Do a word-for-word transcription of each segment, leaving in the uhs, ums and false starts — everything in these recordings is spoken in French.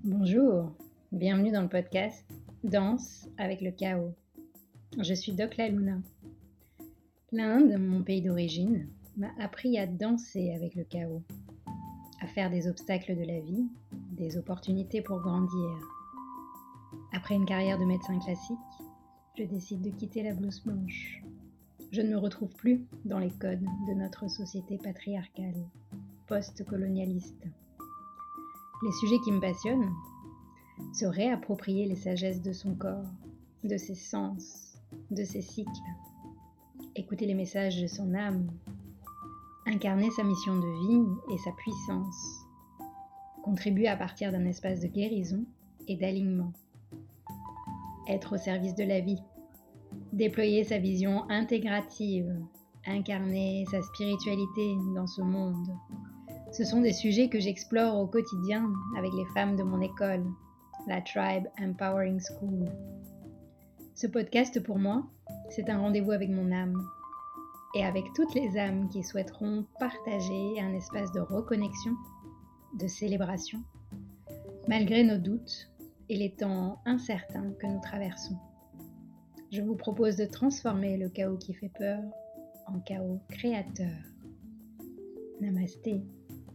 Bonjour, bienvenue dans le podcast Danse avec le chaos. Je suis Doc La Luna. L'Inde, mon pays d'origine, m'a appris à danser avec le chaos, à faire des obstacles de la vie, des opportunités pour grandir. Après une carrière de médecin classique, je décide de quitter la blouse blanche. Je ne me retrouve plus dans les codes de notre société patriarcale, post-colonialiste. Les sujets qui me passionnent, se réapproprier les sagesses de son corps, de ses sens, de ses cycles, écouter les messages de son âme, incarner sa mission de vie et sa puissance, contribuer à partir d'un espace de guérison et d'alignement, être au service de la vie, déployer sa vision intégrative, incarner sa spiritualité dans ce monde. Ce sont des sujets que j'explore au quotidien avec les femmes de mon école, la Tribe Empowering School. Ce podcast pour moi, c'est un rendez-vous avec mon âme et avec toutes les âmes qui souhaiteront partager un espace de reconnexion, de célébration, malgré nos doutes et les temps incertains que nous traversons. Je vous propose de transformer le chaos qui fait peur en chaos créateur. Namasté.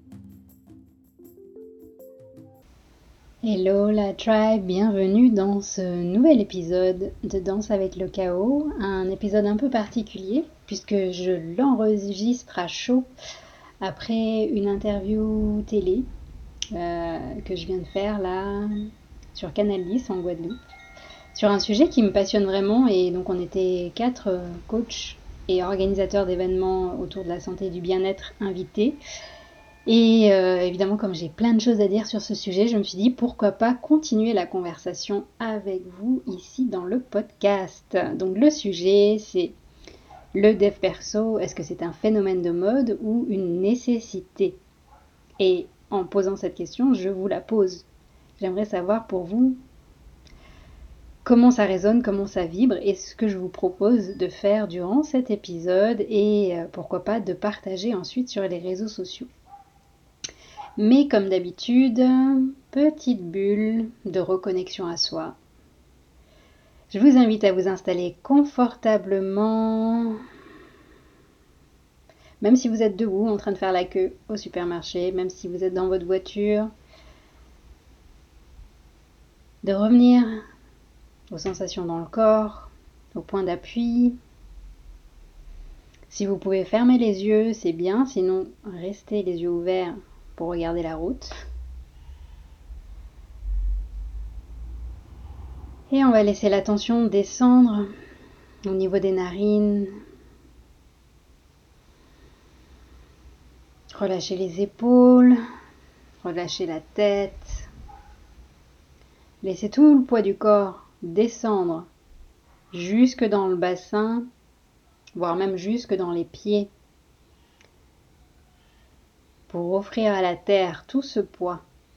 Hello la tribe, bienvenue dans ce nouvel épisode de Danse avec le chaos, un épisode un peu particulier puisque je l'enregistre à chaud après une interview télé euh, que je viens de faire là sur Canal dix en Guadeloupe sur un sujet qui me passionne vraiment. Et donc on était quatre coachs et organisateurs d'événements autour de la santé et du bien-être invités. Et euh, évidemment, comme j'ai plein de choses à dire sur ce sujet, je me suis dit pourquoi pas continuer la conversation avec vous ici dans le podcast. Donc le sujet, c'est le dev perso, est-ce que c'est un phénomène de mode ou une nécessité? Et en posant cette question, je vous la pose. J'aimerais savoir pour vous comment ça résonne, comment ça vibre et ce que je vous propose de faire durant cet épisode et euh, pourquoi pas de partager ensuite sur les réseaux sociaux. Mais comme d'habitude, petite bulle de reconnexion à soi. Je vous invite à vous installer confortablement, même si vous êtes debout en train de faire la queue au supermarché, même si vous êtes dans votre voiture, de revenir aux sensations dans le corps, au point d'appui. Si vous pouvez fermer les yeux, c'est bien, sinon restez les yeux ouverts pour regarder la route. Et on va laisser la tension descendre au niveau des narines. Relâchez les épaules, relâchez la tête. Laissez tout le poids du corps descendre jusque dans le bassin, voire même jusque dans les pieds, pour offrir à la terre tout ce poids.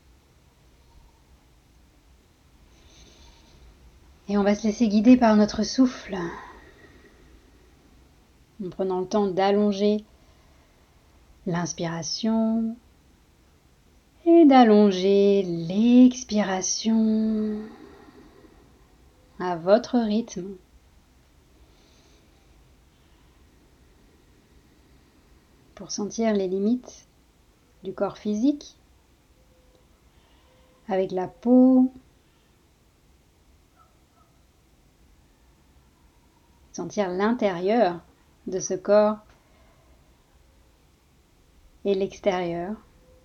Et on va se laisser guider par notre souffle, en prenant le temps d'allonger l'inspiration et d'allonger l'expiration à votre rythme. Pour sentir les limites du corps physique avec la peau, sentir l'intérieur de ce corps et l'extérieur.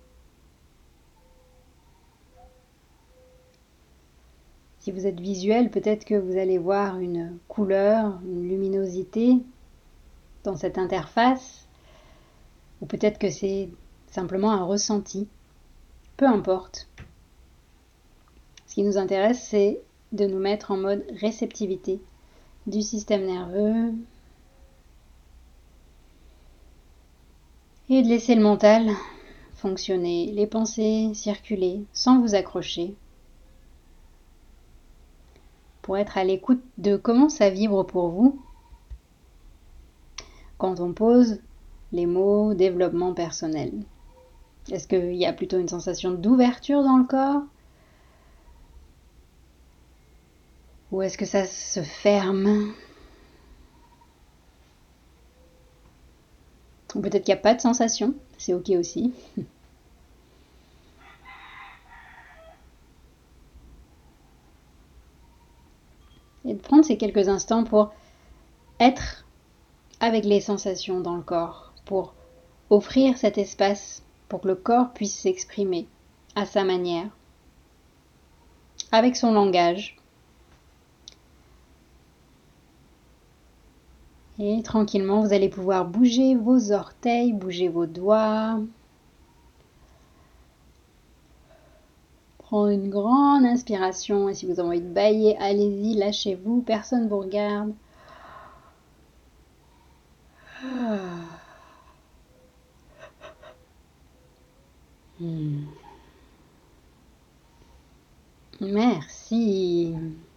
Si vous êtes visuel, peut-être que vous allez voir une couleur, une luminosité dans cette interface, ou peut-être que c'est simplement un ressenti. Peu importe. Ce qui nous intéresse, c'est de nous mettre en mode réceptivité du système nerveux et de laisser le mental fonctionner, les pensées circuler sans vous accrocher, pour être à l'écoute de comment ça vibre pour vous quand on pose les mots développement personnel. Est-ce qu'il y a plutôt une sensation d'ouverture dans le corps Ou est-ce que ça se ferme? Ou peut-être qu'il n'y a pas de sensation, c'est ok aussi. Et de prendre ces quelques instants pour être avec les sensations dans le corps, pour offrir cet espace pour que le corps puisse s'exprimer à sa manière, avec son langage. Et tranquillement, vous allez pouvoir bouger vos orteils, bouger vos doigts. Prendre une grande inspiration et si vous avez envie de bâiller, allez-y, lâchez-vous, personne ne vous regarde. Hmm. Merci.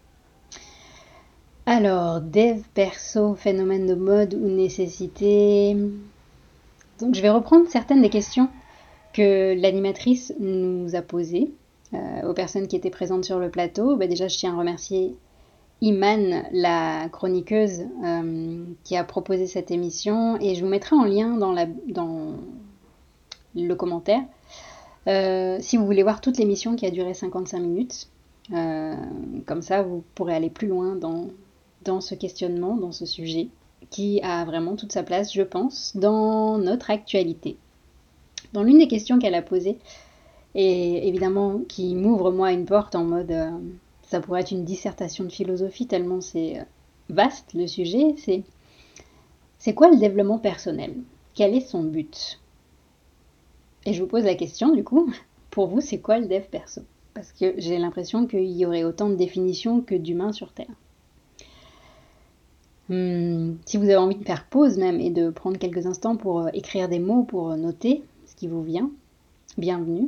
Alors, dev perso, phénomène de mode ou nécessité. Donc, je vais reprendre certaines des questions que l'animatrice nous a posées euh, aux personnes qui étaient présentes sur le plateau. Bah, déjà, je tiens à remercier Iman, la chroniqueuse euh, qui a proposé cette émission, et je vous mettrai en lien dans, la, dans le commentaire euh, si vous voulez voir toute l'émission qui a duré cinquante-cinq minutes. Euh, comme ça, vous pourrez aller plus loin dans, dans ce questionnement, dans ce sujet, qui a vraiment toute sa place, je pense, dans notre actualité. Dans l'une des questions qu'elle a posées, et évidemment qui m'ouvre moi une porte en mode euh, ça pourrait être une dissertation de philosophie tellement c'est vaste le sujet, c'est c'est quoi le développement personnel? Quel est son but? Et je vous pose la question du coup, pour vous c'est quoi le dev perso? Parce que j'ai l'impression qu'il y aurait autant de définitions que d'humains sur Terre. Hum, si vous avez envie de faire pause même et de prendre quelques instants pour écrire des mots, pour noter ce qui vous vient, bienvenue.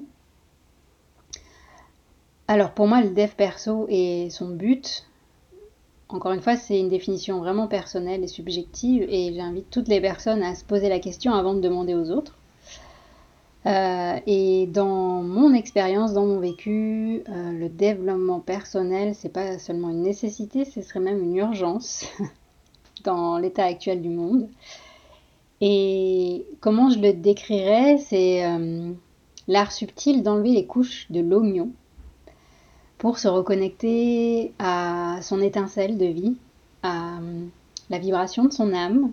Alors pour moi, le dev perso et son but, encore une fois, c'est une définition vraiment personnelle et subjective et j'invite toutes les personnes à se poser la question avant de demander aux autres. Euh, et dans mon expérience, dans mon vécu, euh, le développement personnel, c'est pas seulement une nécessité, ce serait même une urgence dans l'état actuel du monde. Et comment je le décrirais, c'est euh, l'art subtil d'enlever les couches de l'oignon pour se reconnecter à son étincelle de vie, à la vibration de son âme.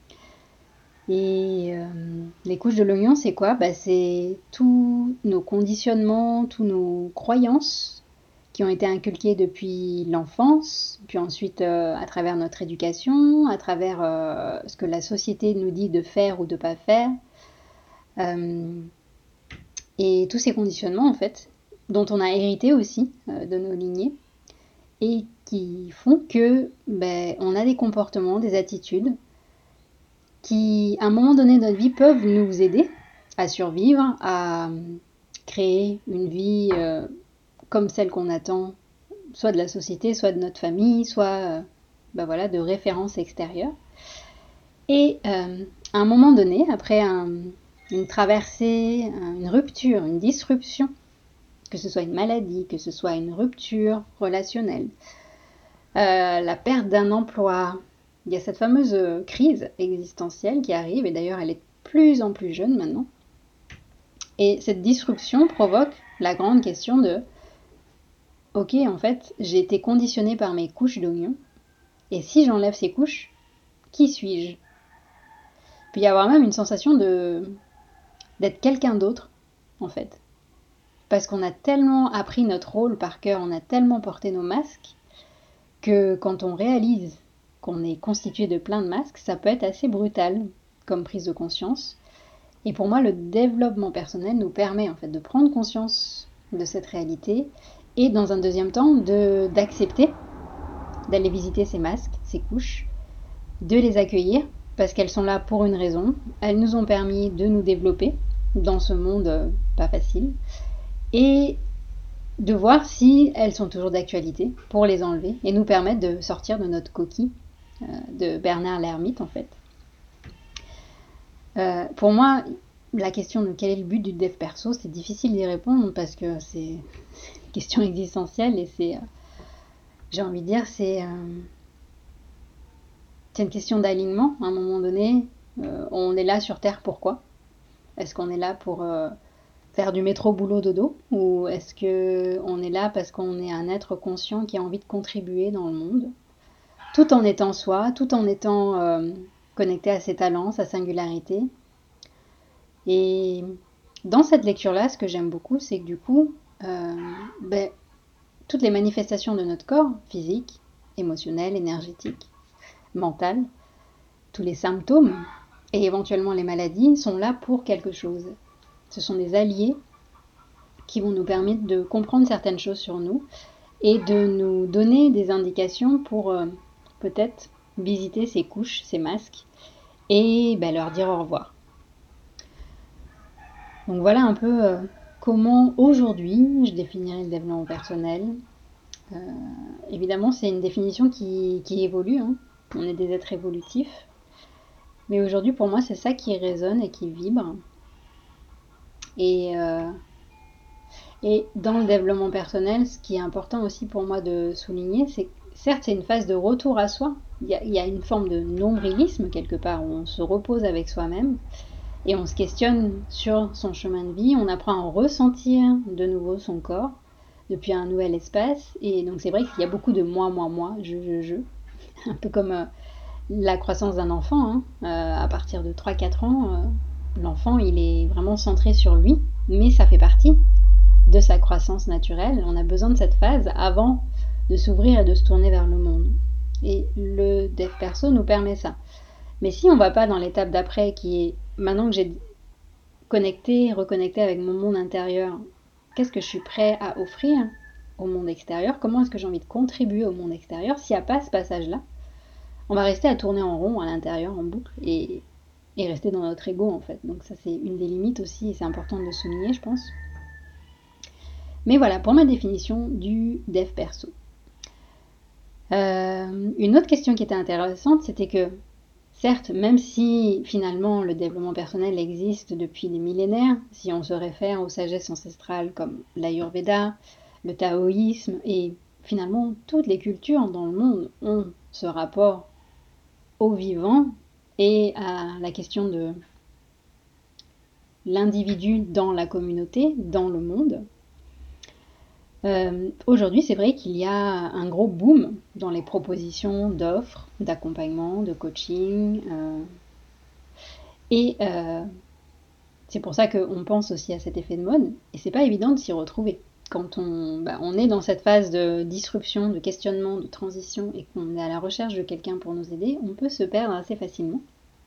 Et euh, les couches de l'oignon, c'est quoi? Bah, c'est tous nos conditionnements, tous nos croyances qui ont été inculquées depuis l'enfance, puis ensuite euh, à travers notre éducation, à travers euh, ce que la société nous dit de faire ou de ne pas faire. Euh, et tous ces conditionnements, en fait, dont on a hérité aussi euh, de nos lignées, et qui font que ben, on a des comportements, des attitudes qui, à un moment donné de notre vie, peuvent nous aider à survivre, à créer une vie euh, comme celle qu'on attend, soit de la société, soit de notre famille, soit euh, ben voilà, de références extérieures. Et euh, à un moment donné, après un, une traversée, une rupture, une disruption, que ce soit une maladie, que ce soit une rupture relationnelle, euh, la perte d'un emploi, il y a cette fameuse crise existentielle qui arrive, et d'ailleurs elle est de plus en plus jeune maintenant. Et cette disruption provoque la grande question de « Ok, en fait, j'ai été conditionnée par mes couches d'oignon, et si j'enlève ces couches, qui suis-je » Il peut y avoir même une sensation de d'être quelqu'un d'autre, en fait. Parce qu'on a tellement appris notre rôle par cœur, on a tellement porté nos masques, que quand on réalise qu'on est constitué de plein de masques, ça peut être assez brutal comme prise de conscience. Et pour moi, le développement personnel nous permet en fait de prendre conscience de cette réalité et dans un deuxième temps de, d'accepter d'aller visiter ces masques, ces couches, de les accueillir parce qu'elles sont là pour une raison. Elles nous ont permis de nous développer dans ce monde pas facile et de voir si elles sont toujours d'actualité pour les enlever et nous permettre de sortir de notre coquille euh, de Bernard l'ermite en fait. Euh, pour moi, la question de quel est le but du dev perso, c'est difficile d'y répondre parce que c'est une question existentielle et c'est, j'ai envie de dire, c'est, euh, c'est une question d'alignement. À un moment donné, euh, on est là sur Terre pourquoi? Est-ce qu'on est là pour euh, faire du métro boulot dodo? Ou est-ce qu'on est là parce qu'on est un être conscient qui a envie de contribuer dans le monde? Tout en étant soi, tout en étant euh, connecté à ses talents, sa singularité. Et dans cette lecture-là, ce que j'aime beaucoup, c'est que du coup, euh, ben, toutes les manifestations de notre corps, physique, émotionnel, énergétique, mental, tous les symptômes et éventuellement les maladies sont là pour quelque chose. Ce sont des alliés qui vont nous permettre de comprendre certaines choses sur nous et de nous donner des indications pour euh, peut-être visiter ces couches, ces masques et ben, leur dire au revoir. Donc voilà un peu euh, comment aujourd'hui je définirais le développement personnel. Euh, évidemment, c'est une définition qui, qui évolue, hein. On est des êtres évolutifs. Mais aujourd'hui, pour moi, c'est ça qui résonne et qui vibre. Et, euh, et dans le développement personnel, ce qui est important aussi pour moi de souligner, c'est que certes, c'est une phase de retour à soi. Il y a, il y a une forme de nombrilisme quelque part, où on se repose avec soi-même et on se questionne sur son chemin de vie. On apprend à ressentir de nouveau son corps depuis un nouvel espace. Et donc, c'est vrai qu'il y a beaucoup de moi, moi, moi, je, je, je. Un peu comme euh, la croissance d'un enfant, hein. Euh, à partir de trois quatre ans, euh, l'enfant il est vraiment centré sur lui, mais ça fait partie de sa croissance naturelle. On a besoin de cette phase avant de s'ouvrir et de se tourner vers le monde. Et le dev perso nous permet ça. Mais si on va pas dans l'étape d'après qui est maintenant que j'ai connecté, reconnecté avec mon monde intérieur, qu'est-ce que je suis prêt à offrir au monde extérieur? Comment est-ce que j'ai envie de contribuer au monde extérieur? S'il n'y a pas ce passage-là, on va rester à tourner en rond à l'intérieur, en boucle, et, et rester dans notre ego en fait. Donc ça c'est une des limites aussi, et c'est important de le souligner je pense. Mais voilà, pour ma définition du dev perso. Euh, une autre question qui était intéressante, c'était que, certes, même si finalement le développement personnel existe depuis des millénaires, si on se réfère aux sagesses ancestrales comme l'Ayurveda, le taoïsme, et finalement toutes les cultures dans le monde ont ce rapport au vivant et à la question de l'individu dans la communauté, dans le monde. Euh, aujourd'hui, c'est vrai qu'il y a un gros boom dans les propositions d'offres, d'accompagnement, de coaching. Euh, et euh, c'est pour ça qu'on pense aussi à cet effet de mode. Et c'est pas évident de s'y retrouver. Quand on, bah, on est dans cette phase de disruption, de questionnement, de transition et qu'on est à la recherche de quelqu'un pour nous aider, on peut se perdre assez facilement.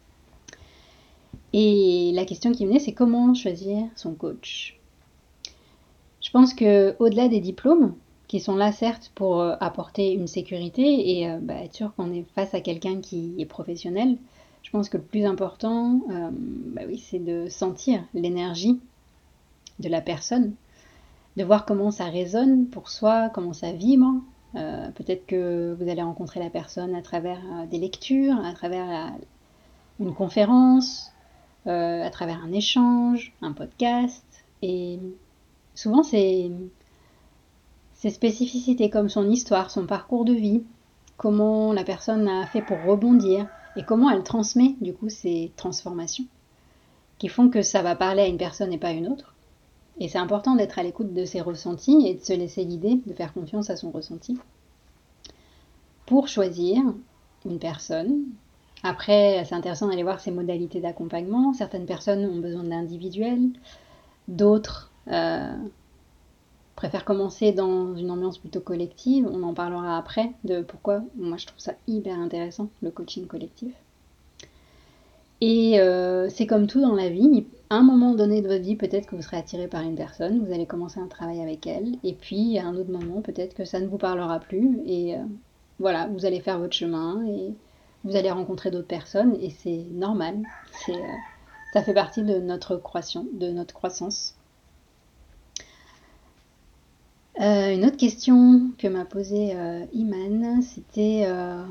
Et la question qui venait, c'est comment choisir son coach. Je pense que au-delà des diplômes, qui sont là certes pour euh, apporter une sécurité et euh, bah, être sûr qu'on est face à quelqu'un qui est professionnel, je pense que le plus important, euh, bah oui, c'est de sentir l'énergie de la personne, de voir comment ça résonne pour soi, comment ça vibre. Euh, peut-être que vous allez rencontrer la personne à travers euh, des lectures, à travers la, une conférence, euh, à travers un échange, un podcast. Et souvent, c'est ses spécificités comme son histoire, son parcours de vie, comment la personne a fait pour rebondir et comment elle transmet du coup ces transformations qui font que ça va parler à une personne et pas à une autre. Et c'est important d'être à l'écoute de ses ressentis et de se laisser guider, de faire confiance à son ressenti pour choisir une personne. Après, c'est intéressant d'aller voir ses modalités d'accompagnement. Certaines personnes ont besoin de l'individuel, d'autres euh, préfèrent commencer dans une ambiance plutôt collective. On en parlera après de pourquoi moi je trouve ça hyper intéressant, le coaching collectif. Et euh, c'est comme tout dans la vie, à un moment donné de votre vie, peut-être que vous serez attiré par une personne, vous allez commencer un travail avec elle, et puis à un autre moment, peut-être que ça ne vous parlera plus, et euh, voilà, vous allez faire votre chemin, et vous allez rencontrer d'autres personnes, et c'est normal, c'est, euh, ça fait partie de notre croissance, de notre croissance. Euh, une autre question que m'a posée euh, Iman, c'était euh,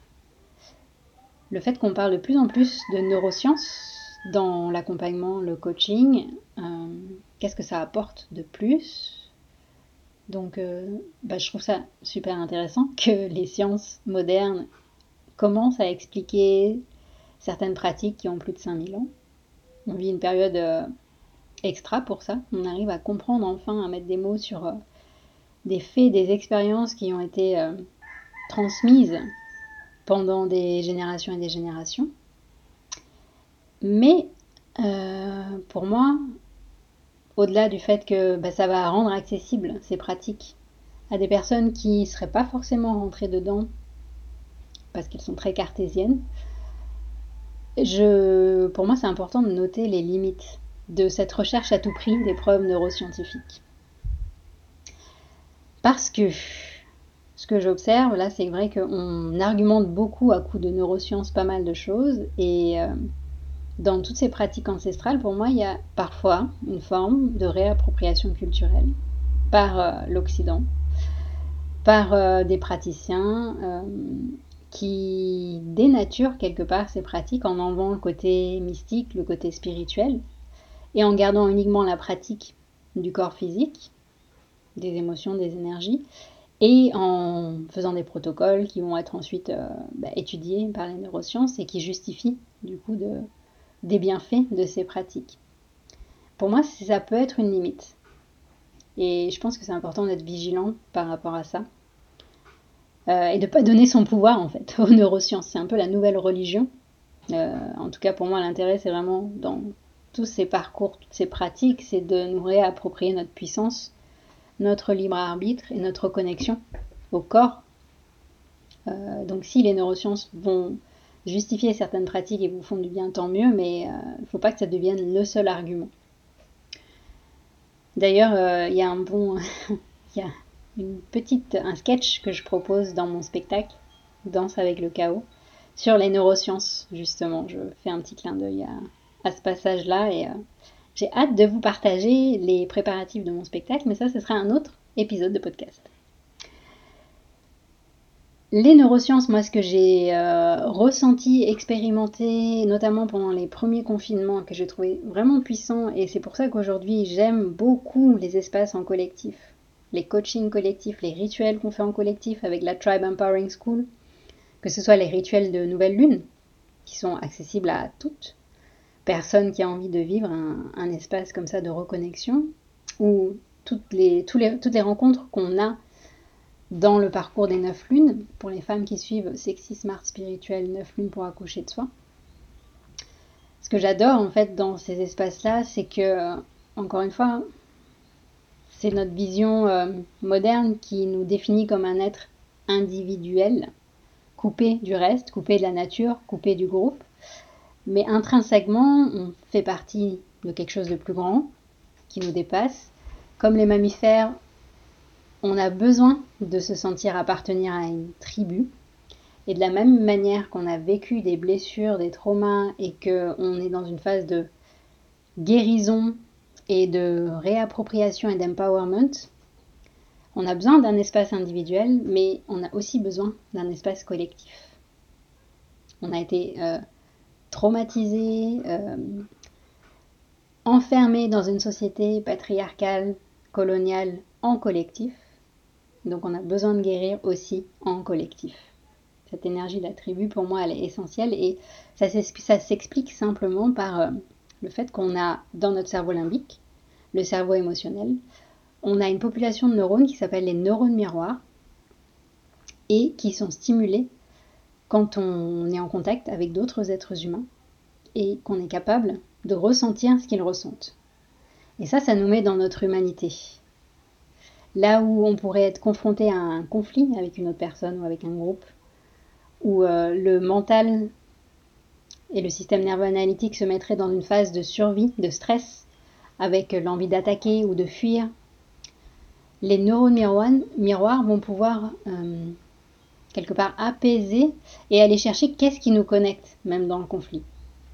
le fait qu'on parle de plus en plus de neurosciences dans l'accompagnement, le coaching. Euh, qu'est-ce que ça apporte de plus? Donc euh, bah, je trouve ça super intéressant que les sciences modernes commencent à expliquer certaines pratiques qui ont plus de cinq mille ans. On vit une période euh, extra pour ça. On arrive à comprendre enfin, à mettre des mots sur euh, des faits, des expériences qui ont été euh, transmises pendant des générations et des générations. Mais euh, pour moi, au-delà du fait que bah, ça va rendre accessible ces pratiques à des personnes qui ne seraient pas forcément rentrées dedans parce qu'elles sont très cartésiennes, je, pour moi c'est important de noter les limites de cette recherche à tout prix des preuves neuroscientifiques. Parce que ce que j'observe là, c'est vrai qu'on argumente beaucoup à coups de neurosciences pas mal de choses, et euh, dans toutes ces pratiques ancestrales, pour moi, il y a parfois une forme de réappropriation culturelle par euh, l'Occident, par euh, des praticiens euh, qui dénaturent quelque part ces pratiques en enlevant le côté mystique, le côté spirituel, et en gardant uniquement la pratique du corps physique, des émotions, des énergies, et en faisant des protocoles qui vont être ensuite euh, bah, étudiés par les neurosciences et qui justifient du coup de, des bienfaits de ces pratiques. Pour moi, ça peut être une limite. Et je pense que c'est important d'être vigilant par rapport à ça. Euh, et de ne pas donner son pouvoir en fait aux neurosciences. C'est un peu la nouvelle religion. Euh, en tout cas, pour moi, l'intérêt, c'est vraiment dans tous ces parcours, toutes ces pratiques, c'est de nous réapproprier notre puissance, notre libre arbitre et notre connexion au corps. Euh, donc si les neurosciences vont justifier certaines pratiques et vous font du bien, tant mieux, mais il euh, ne faut pas que ça devienne le seul argument. D'ailleurs, il euh, y a un bon... Il y a une petite, un sketch que je propose dans mon spectacle, Danse avec le chaos, sur les neurosciences, justement. Je fais un petit clin d'œil à, à ce passage-là, et euh, j'ai hâte de vous partager les préparatifs de mon spectacle, mais ça, ce sera un autre épisode de podcast. Les neurosciences, moi, ce que j'ai euh, ressenti, expérimenté, notamment pendant les premiers confinements, que j'ai trouvé vraiment puissant, et c'est pour ça qu'aujourd'hui, j'aime beaucoup les espaces en collectif, les coachings collectifs, les rituels qu'on fait en collectif avec la Tribe Empowering School, que ce soit les rituels de nouvelle lune, qui sont accessibles à toute personne qui a envie de vivre un, un espace comme ça de reconnexion, ou toutes les, tous les, toutes les rencontres qu'on a dans le parcours des neuf lunes, pour les femmes qui suivent Sexy Smart Spirituel, neuf lunes pour accoucher de soi. Ce que j'adore en fait dans ces espaces-là, c'est que, encore une fois, c'est notre vision euh, moderne qui nous définit comme un être individuel, coupé du reste, coupé de la nature, coupé du groupe. Mais intrinsèquement, on fait partie de quelque chose de plus grand, qui nous dépasse. Comme les mammifères, on a besoin de se sentir appartenir à une tribu. Et de la même manière qu'on a vécu des blessures, des traumas, et qu'on est dans une phase de guérison et de réappropriation et d'empowerment, on a besoin d'un espace individuel, mais on a aussi besoin d'un espace collectif. On a été euh, traumatisé, euh, enfermé dans une société patriarcale, coloniale, en collectif. Donc on a besoin de guérir aussi en collectif. Cette énergie de la tribu, pour moi, elle est essentielle, et ça s'explique simplement par euh, le fait qu'on a dans notre cerveau limbique, le cerveau émotionnel, on a une population de neurones qui s'appelle les neurones miroirs et qui sont stimulés quand on est en contact avec d'autres êtres humains et qu'on est capable de ressentir ce qu'ils ressentent. Et ça, ça nous met dans notre humanité. Là où on pourrait être confronté à un conflit avec une autre personne ou avec un groupe, où euh, le mental et le système nerveux analytique se mettraient dans une phase de survie, de stress, avec l'envie d'attaquer ou de fuir, les neurones miroirs vont pouvoir euh, quelque part apaiser et aller chercher qu'est-ce qui nous connecte, même dans le conflit.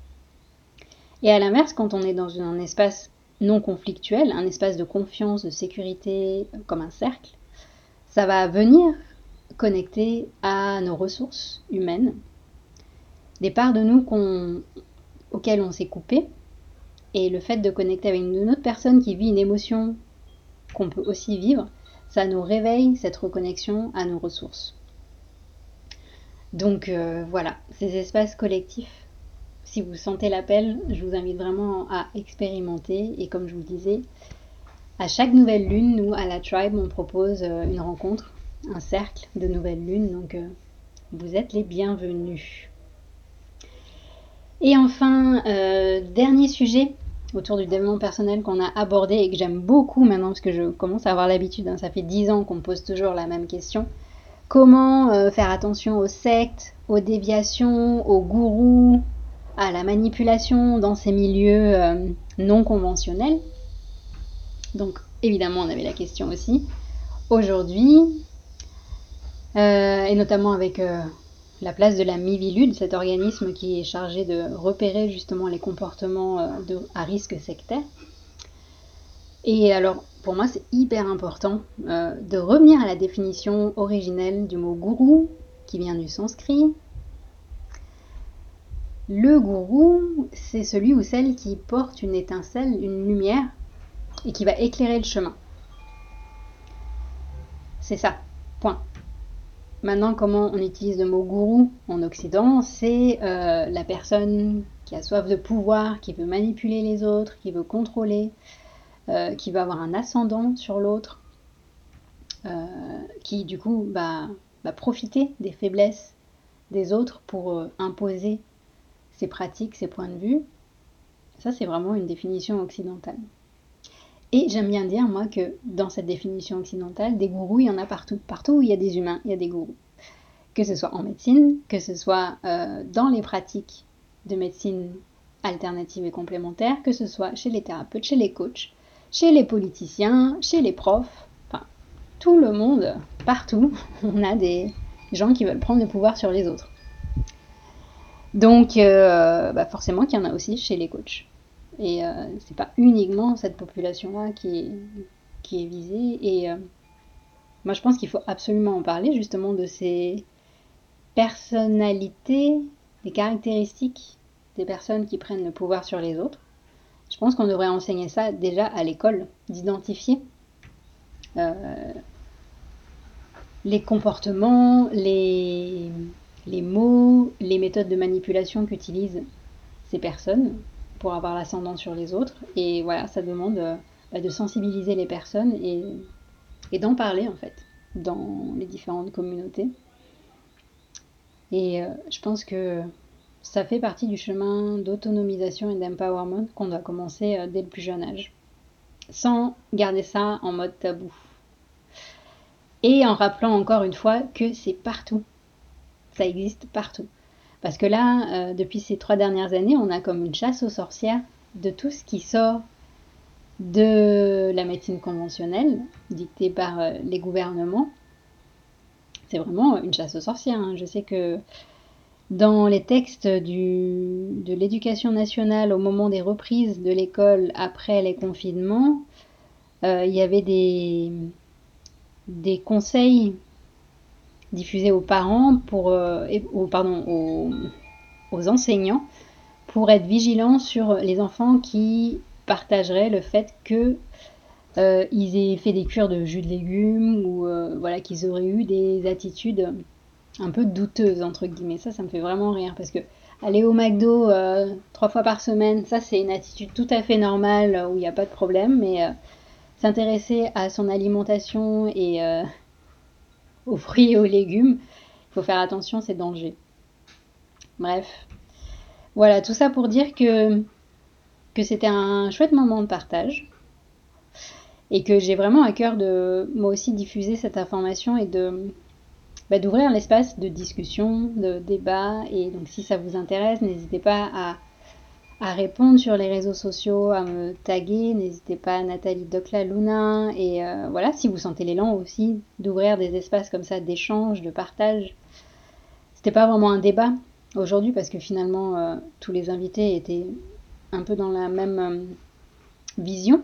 Et à l'inverse, quand on est dans un espace non conflictuel, un espace de confiance, de sécurité, comme un cercle, ça va venir connecter à nos ressources humaines, des parts de nous qu'on, auxquelles on s'est coupé, et le fait de connecter avec une autre personne qui vit une émotion qu'on peut aussi vivre, ça nous réveille cette reconnexion à nos ressources. Donc euh, voilà, ces espaces collectifs, si vous sentez l'appel, je vous invite vraiment à expérimenter. Et comme je vous le disais, à chaque nouvelle lune, nous, à la Tribe, on propose une rencontre, un cercle de nouvelles lunes. Donc euh, vous êtes les bienvenus. Et enfin, euh, dernier sujet autour du développement personnel qu'on a abordé et que j'aime beaucoup maintenant parce que je commence à avoir l'habitude, hein, ça fait dix ans qu'on me pose toujours la même question. Comment euh, faire attention aux sectes, aux déviations, aux gourous, à la manipulation dans ces milieux euh, non conventionnels. Donc évidemment on avait la question aussi. Aujourd'hui, euh, et notamment avec euh, la place de la Mivilude, cet organisme qui est chargé de repérer justement les comportements euh, de, à risque sectaire. Et alors, pour moi, c'est hyper important euh, de revenir à la définition originelle du mot gourou, qui vient du sanskrit. Le gourou, c'est celui ou celle qui porte une étincelle, une lumière, et qui va éclairer le chemin. C'est ça, point. Maintenant, comment on utilise le mot gourou en Occident, c'est euh, la personne qui a soif de pouvoir, qui veut manipuler les autres, qui veut contrôler, euh, qui veut avoir un ascendant sur l'autre, euh, qui du coup va, va profiter des faiblesses des autres pour euh, imposer ses pratiques, ses points de vue. Ça, c'est vraiment une définition occidentale. Et j'aime bien dire, moi, que dans cette définition occidentale, des gourous, il y en a partout. Partout où il y a des humains, il y a des gourous. Que ce soit en médecine, que ce soit euh, dans les pratiques de médecine alternative et complémentaire, que ce soit chez les thérapeutes, chez les coachs, chez les politiciens, chez les profs, enfin, tout le monde, partout, on a des gens qui veulent prendre le pouvoir sur les autres. Donc, euh, bah forcément qu'il y en a aussi chez les coachs. Et euh, c'est pas uniquement cette population-là qui est, qui est visée. Et euh, moi, je pense qu'il faut absolument en parler, justement, de ces personnalités, des caractéristiques des personnes qui prennent le pouvoir sur les autres. Je pense qu'on devrait enseigner ça déjà à l'école, d'identifier euh, les comportements, les, les mots, les méthodes de manipulation qu'utilisent ces personnes pour avoir l'ascendant sur les autres. Et voilà, ça demande euh, bah, de sensibiliser les personnes et, et d'en parler en fait dans les différentes communautés. Et euh, je pense que ça fait partie du chemin d'autonomisation et d'empowerment qu'on doit commencer euh, dès le plus jeune âge, sans garder ça en mode tabou. Et en rappelant encore une fois que c'est partout, ça existe partout. Parce que là, euh, depuis ces trois dernières années, on a comme une chasse aux sorcières de tout ce qui sort de la médecine conventionnelle, dictée par euh, les gouvernements. C'est vraiment une chasse aux sorcières. Hein. Je sais que dans les textes du, de l'éducation nationale au moment des reprises de l'école après les confinements, euh, il y avait des, des conseils diffusés aux parents, pour, euh, et, aux, pardon, aux, aux enseignants, pour être vigilants sur les enfants qui partageraient le fait que euh, ils aient fait des cures de jus de légumes ou euh, voilà, qu'ils auraient eu des attitudes un peu douteuses entre guillemets. Ça, ça me fait vraiment rire parce que aller au McDo euh, trois fois par semaine, ça c'est une attitude tout à fait normale où il n'y a pas de problème, mais euh, s'intéresser à son alimentation et euh, aux fruits et aux légumes, il faut faire attention, c'est danger. Bref, voilà, tout ça pour dire que, que c'était un chouette moment de partage et que j'ai vraiment à cœur de moi aussi diffuser cette information et de bah, d'ouvrir l'espace de discussion, de débat. Et donc si ça vous intéresse, n'hésitez pas à, à répondre sur les réseaux sociaux, à me taguer, n'hésitez pas à Nathalie Docla Luna. Et euh, voilà, si vous sentez l'élan aussi d'ouvrir des espaces comme ça d'échange, de partage. C'était pas vraiment un débat aujourd'hui parce que finalement euh, tous les invités étaient un peu dans la même euh, vision.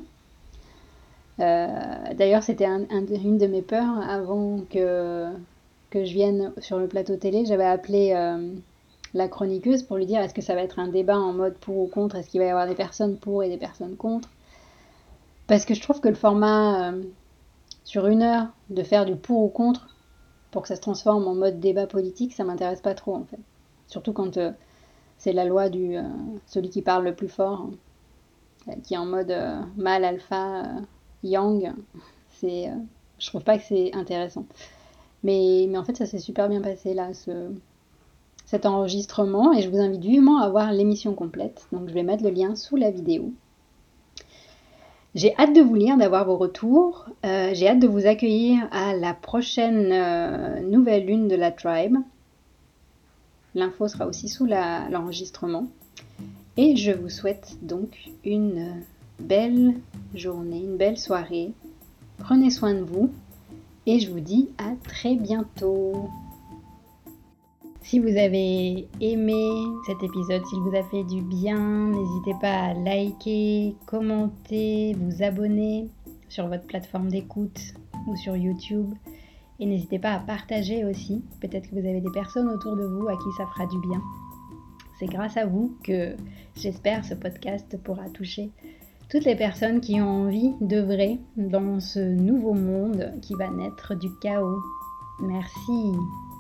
Euh, D'ailleurs, c'était un, un, une de mes peurs avant que, que je vienne sur le plateau télé. J'avais appelé euh, la chroniqueuse pour lui dire est-ce que ça va être un débat en mode pour ou contre, est-ce qu'il va y avoir des personnes pour et des personnes contre. Parce que je trouve que le format euh, sur une heure de faire du pour ou contre pour que ça se transforme en mode débat politique, ça m'intéresse pas trop en fait. Surtout quand euh, c'est la loi du euh, celui qui parle le plus fort, hein, qui est en mode euh, mâle, alpha, euh, yang. C'est, euh, je trouve pas que c'est intéressant. Mais, mais en fait, ça s'est super bien passé là, ce, cet enregistrement, et je vous invite vivement à voir l'émission complète. Donc je vais mettre le lien sous la vidéo. J'ai hâte de vous lire, d'avoir vos retours. Euh, j'ai hâte de vous accueillir à la prochaine euh, nouvelle lune de la Tribe. L'info sera aussi sous la, l'enregistrement. Et je vous souhaite donc une belle journée, une belle soirée. Prenez soin de vous et je vous dis à très bientôt. Si vous avez aimé cet épisode, s'il vous a fait du bien, n'hésitez pas à liker, commenter, vous abonner sur votre plateforme d'écoute ou sur YouTube. Et n'hésitez pas à partager aussi. Peut-être que vous avez des personnes autour de vous à qui ça fera du bien. C'est grâce à vous que j'espère ce podcast pourra toucher toutes les personnes qui ont envie d'œuvrer dans ce nouveau monde qui va naître du chaos. Merci.